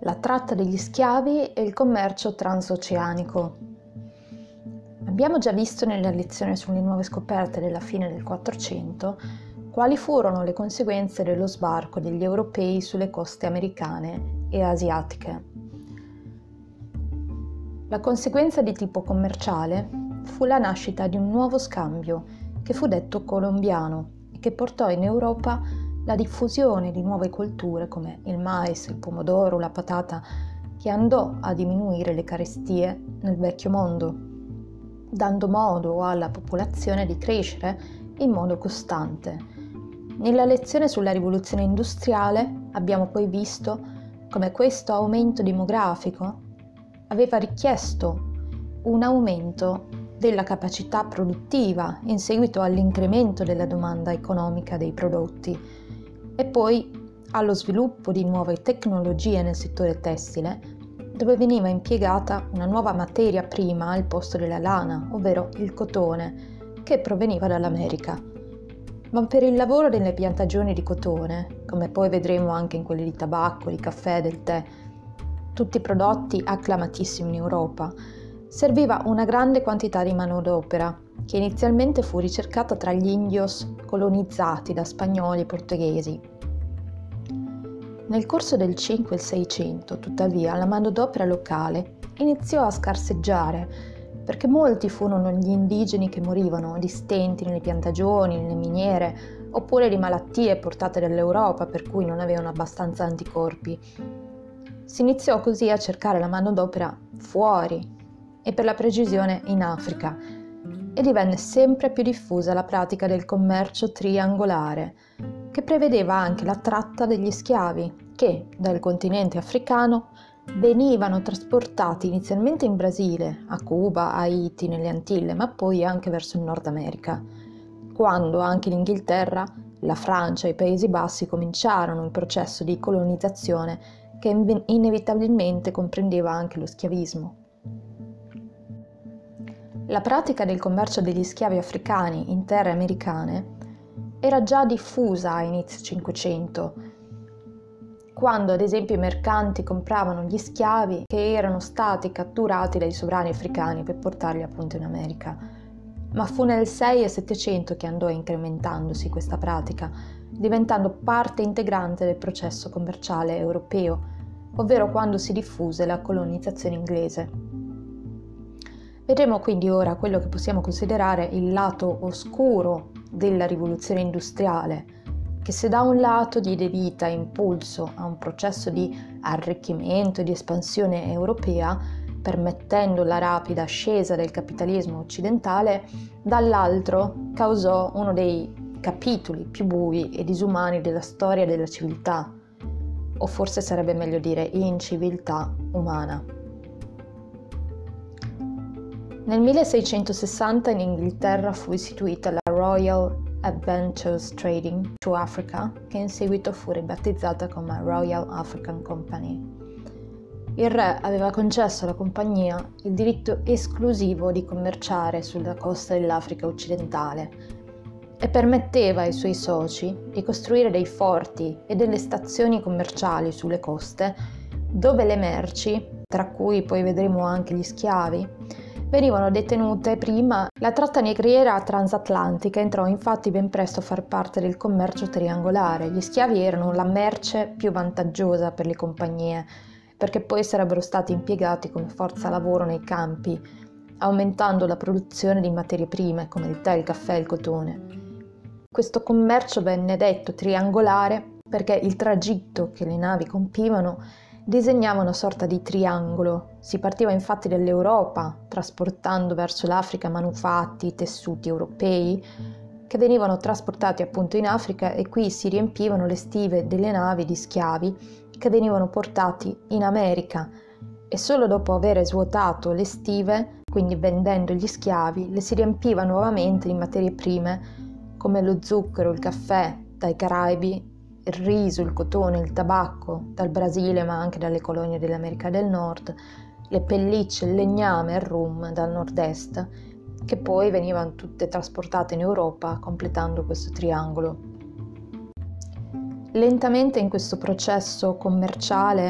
la tratta degli schiavi e il commercio transoceanico. Abbiamo già visto nella lezione sulle nuove scoperte della fine del 400 quali furono le conseguenze dello sbarco degli europei sulle coste americane e asiatiche. La conseguenza di tipo commerciale fu la nascita di un nuovo scambio che fu detto colombiano e che portò in Europa la diffusione di nuove colture come il mais, il pomodoro, la patata, che andò a diminuire le carestie nel vecchio mondo, dando modo alla popolazione di crescere in modo costante. Nella lezione sulla rivoluzione industriale abbiamo poi visto come questo aumento demografico aveva richiesto un aumento della capacità produttiva in seguito all'incremento della domanda economica dei prodotti e poi allo sviluppo di nuove tecnologie nel settore tessile, dove veniva impiegata una nuova materia prima al posto della lana, ovvero il cotone, che proveniva dall'America. Ma per il lavoro delle piantagioni di cotone, come poi vedremo anche in quelle di tabacco, di caffè, del tè, tutti prodotti acclamatissimi in Europa, serviva una grande quantità di manodopera, che inizialmente fu ricercata tra gli indios colonizzati da spagnoli e portoghesi. Nel corso del 5 e il 600, tuttavia, la manodopera locale iniziò a scarseggiare, perché molti furono gli indigeni che morivano di stenti nelle piantagioni, nelle miniere, oppure di malattie portate dall'Europa per cui non avevano abbastanza anticorpi. Si iniziò così a cercare la manodopera fuori e per la precisione in Africa, e divenne sempre più diffusa la pratica del commercio triangolare, che prevedeva anche la tratta degli schiavi che dal continente africano venivano trasportati inizialmente in Brasile, a Cuba, a Haiti, nelle Antille, ma poi anche verso il Nord America, quando anche l'Inghilterra, la Francia e i Paesi Bassi cominciarono il processo di colonizzazione che inevitabilmente comprendeva anche lo schiavismo. La pratica del commercio degli schiavi africani in terre americane era già diffusa a inizio 500, quando ad esempio i mercanti compravano gli schiavi che erano stati catturati dai sovrani africani per portarli appunto in America. Ma fu nel 6 e 700 che andò incrementandosi questa pratica, diventando parte integrante del processo commerciale europeo, ovvero quando si diffuse la colonizzazione inglese. Vedremo quindi ora quello che possiamo considerare il lato oscuro della rivoluzione industriale, che se da un lato diede vita e impulso a un processo di arricchimento e di espansione europea, permettendo la rapida ascesa del capitalismo occidentale, dall'altro causò uno dei capitoli più bui e disumani della storia della civiltà, o forse sarebbe meglio dire inciviltà umana. Nel 1660 in Inghilterra fu istituita la Royal Adventures Trading to Africa, che in seguito fu ribattezzata come Royal African Company. Il re aveva concesso alla compagnia il diritto esclusivo di commerciare sulla costa dell'Africa occidentale e permetteva ai suoi soci di costruire dei forti e delle stazioni commerciali sulle coste dove le merci, tra cui poi vedremo anche gli schiavi, venivano detenute prima. La tratta nigriera transatlantica entrò infatti ben presto a far parte del commercio triangolare. Gli schiavi erano la merce più vantaggiosa per le compagnie, perché poi sarebbero stati impiegati come forza lavoro nei campi, aumentando la produzione di materie prime come il tè, il caffè e il cotone. Questo commercio venne detto triangolare perché il tragitto che le navi compivano disegnava una sorta di triangolo. Si partiva infatti dall'Europa, trasportando verso l'Africa manufatti, tessuti europei, che venivano trasportati appunto in Africa e qui si riempivano le stive delle navi di schiavi che venivano portati in America e solo dopo aver svuotato le stive, quindi vendendo gli schiavi, le si riempiva nuovamente di materie prime come lo zucchero, il caffè dai Caraibi, il riso, il cotone, il tabacco dal Brasile ma anche dalle colonie dell'America del Nord, le pellicce, il legname e il rum dal nord-est, che poi venivano tutte trasportate in Europa completando questo triangolo. Lentamente in questo processo commerciale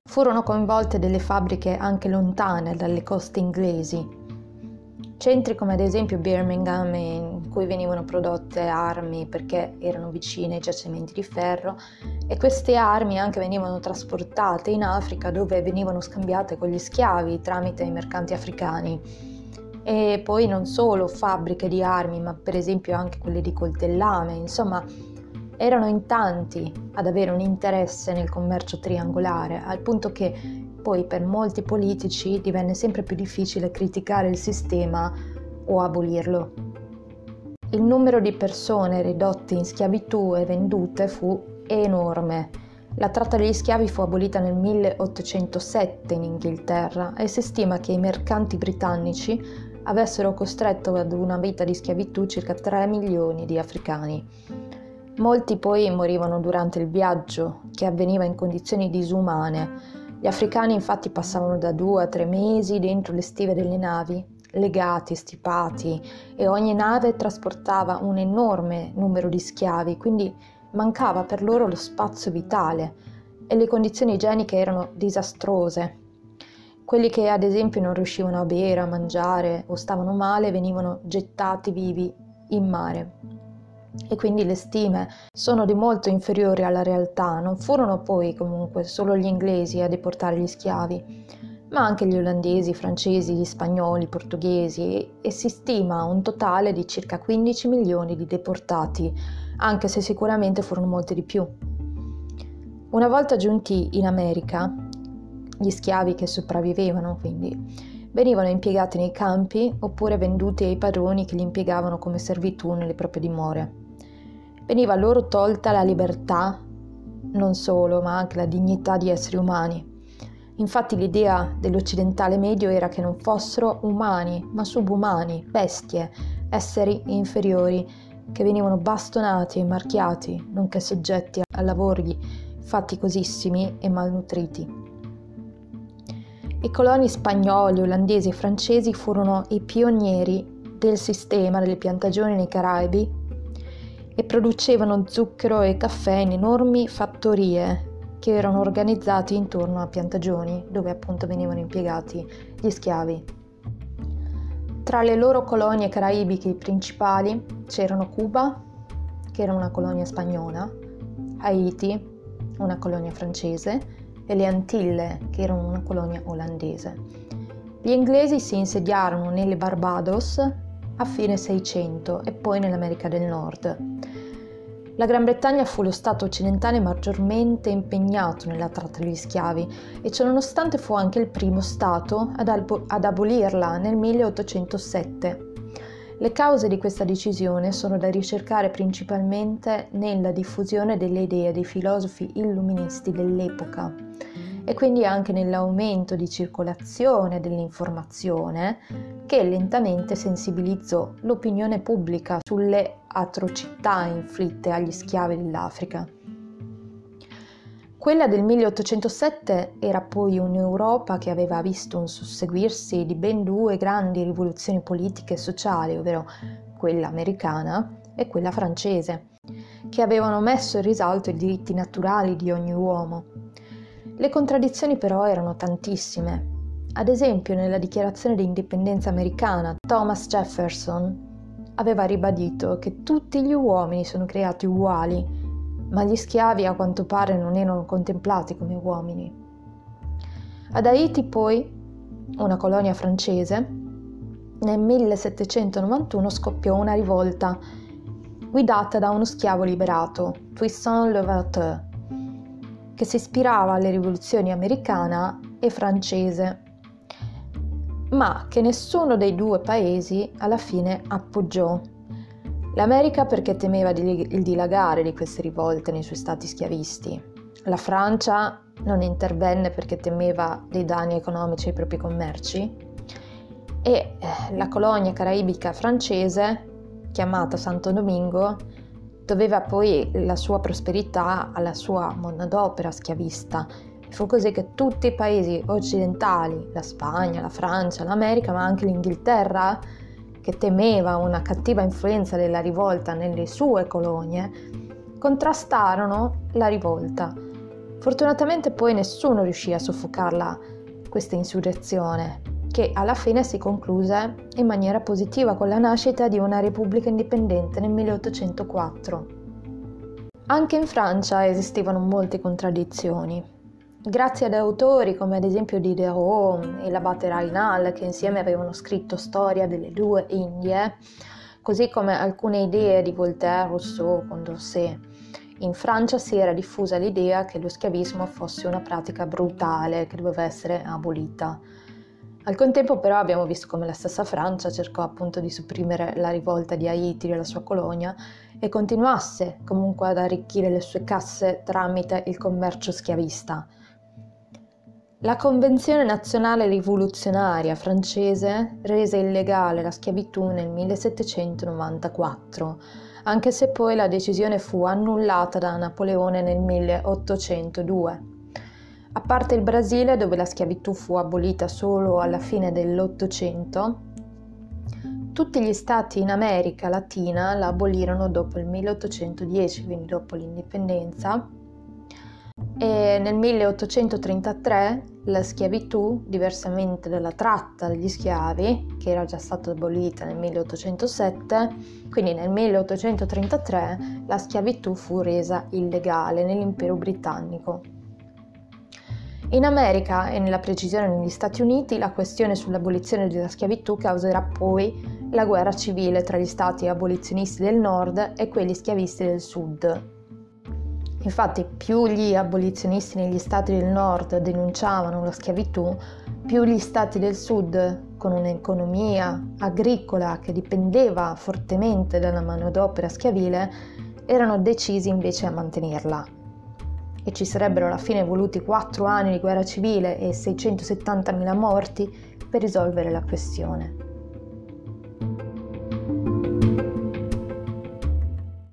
Furono coinvolte delle fabbriche anche lontane dalle coste inglesi, centri come ad esempio Birmingham, in cui venivano prodotte armi perché erano vicine ai giacimenti di ferro, e queste armi anche venivano trasportate in Africa, dove venivano scambiate con gli schiavi tramite i mercanti africani. E poi non solo fabbriche di armi, ma per esempio anche quelle di coltellame. Insomma, erano in tanti ad avere un interesse nel commercio triangolare, al punto che poi per molti politici divenne sempre più difficile criticare il sistema o abolirlo. Il numero di persone ridotte in schiavitù e vendute fu enorme. La tratta degli schiavi fu abolita nel 1807 in Inghilterra e si stima che i mercanti britannici avessero costretto ad una vita di schiavitù circa 3 milioni di africani. Molti poi morivano durante il viaggio, che avveniva in condizioni disumane. Gli africani infatti passavano da 2 a 3 mesi dentro le stive delle navi, legati, stipati, e ogni nave trasportava un enorme numero di schiavi, quindi mancava per loro lo spazio vitale e le condizioni igieniche erano disastrose. Quelli che ad esempio non riuscivano a bere, a mangiare o stavano male venivano gettati vivi in mare. E quindi le stime sono di molto inferiori alla realtà. Non furono poi comunque solo gli inglesi a deportare gli schiavi, ma anche gli olandesi, i francesi, gli spagnoli, i portoghesi, e si stima un totale di circa 15 milioni di deportati, anche se sicuramente furono molti di più. Una volta giunti in America, gli schiavi che sopravvivevano quindi venivano impiegati nei campi oppure venduti ai padroni che li impiegavano come servitù nelle proprie dimore. Veniva loro tolta la libertà, non solo, ma anche la dignità di esseri umani. Infatti l'idea dell'occidentale medio era che non fossero umani, ma subumani, bestie, esseri inferiori, che venivano bastonati e marchiati, nonché soggetti a lavori faticosissimi e malnutriti. I coloni spagnoli, olandesi e francesi furono i pionieri del sistema delle piantagioni nei Caraibi e producevano zucchero e caffè in enormi fattorie che erano organizzati intorno a piantagioni dove appunto venivano impiegati gli schiavi. Tra le loro colonie caraibiche principali c'erano Cuba, che era una colonia spagnola, Haiti, una colonia francese, e le Antille, che erano una colonia olandese. Gli inglesi si insediarono nelle Barbados a fine 600 e poi nell'America del Nord. La Gran Bretagna fu lo stato occidentale maggiormente impegnato nella tratta degli schiavi e ciononostante fu anche il primo stato ad abolirla nel 1807. Le cause di questa decisione sono da ricercare principalmente nella diffusione delle idee dei filosofi illuministi dell'epoca e quindi anche nell'aumento di circolazione dell'informazione che lentamente sensibilizzò l'opinione pubblica sulle atrocità inflitte agli schiavi dell'Africa. Quella del 1807 era poi un'Europa che aveva visto un susseguirsi di ben 2 grandi rivoluzioni politiche e sociali, ovvero quella americana e quella francese, che avevano messo in risalto i diritti naturali di ogni uomo. Le contraddizioni però erano tantissime. Ad esempio, nella dichiarazione di indipendenza americana, Thomas Jefferson aveva ribadito che tutti gli uomini sono creati uguali, ma gli schiavi a quanto pare non erano contemplati come uomini. Ad Haiti poi, una colonia francese, nel 1791 scoppiò una rivolta guidata da uno schiavo liberato, Toussaint Louverture, che si ispirava alle rivoluzioni americana e francese, ma che nessuno dei 2 paesi alla fine appoggiò. L'America perché temeva il dilagare di queste rivolte nei suoi stati schiavisti. La Francia non intervenne perché temeva dei danni economici ai propri commerci. E la colonia caraibica francese, chiamata Santo Domingo, doveva poi la sua prosperità alla sua manodopera schiavista. Fu così che tutti i paesi occidentali, la Spagna, la Francia, l'America, ma anche l'Inghilterra, che temeva una cattiva influenza della rivolta nelle sue colonie, contrastarono la rivolta Fortunatamente poi nessuno riuscì a soffocarla, questa insurrezione, che alla fine si concluse in maniera positiva con la nascita di una repubblica indipendente nel 1804. Anche in Francia esistevano molte contraddizioni. Grazie ad autori come ad esempio Diderot e l'abate Raynal, che insieme avevano scritto Storia delle due Indie, così come alcune idee di Voltaire, Rousseau, Condorcet, in Francia si era diffusa l'idea che lo schiavismo fosse una pratica brutale che doveva essere abolita. Al contempo però abbiamo visto come la stessa Francia cercò appunto di supprimere la rivolta di Haiti della sua colonia e continuasse comunque ad arricchire le sue casse tramite il commercio schiavista. La Convenzione nazionale rivoluzionaria francese rese illegale la schiavitù nel 1794, anche se poi la decisione fu annullata da Napoleone nel 1802. A parte il Brasile, dove la schiavitù fu abolita solo alla fine dell'Ottocento, tutti gli stati in America Latina la abolirono dopo il 1810, quindi dopo l'indipendenza, e nel 1833 la schiavitù, diversamente dalla tratta degli schiavi, che era già stata abolita nel 1807, quindi nel 1833 la schiavitù fu resa illegale nell'impero britannico. In America e nella precisione negli Stati Uniti la questione sull'abolizione della schiavitù causerà poi la guerra civile tra gli stati abolizionisti del nord e quelli schiavisti del sud. Infatti, più gli abolizionisti negli stati del nord denunciavano la schiavitù, più gli stati del sud, con un'economia agricola che dipendeva fortemente dalla manodopera schiavile, erano decisi invece a mantenerla. E ci sarebbero alla fine voluti 4 anni di guerra civile e 670.000 morti per risolvere la questione.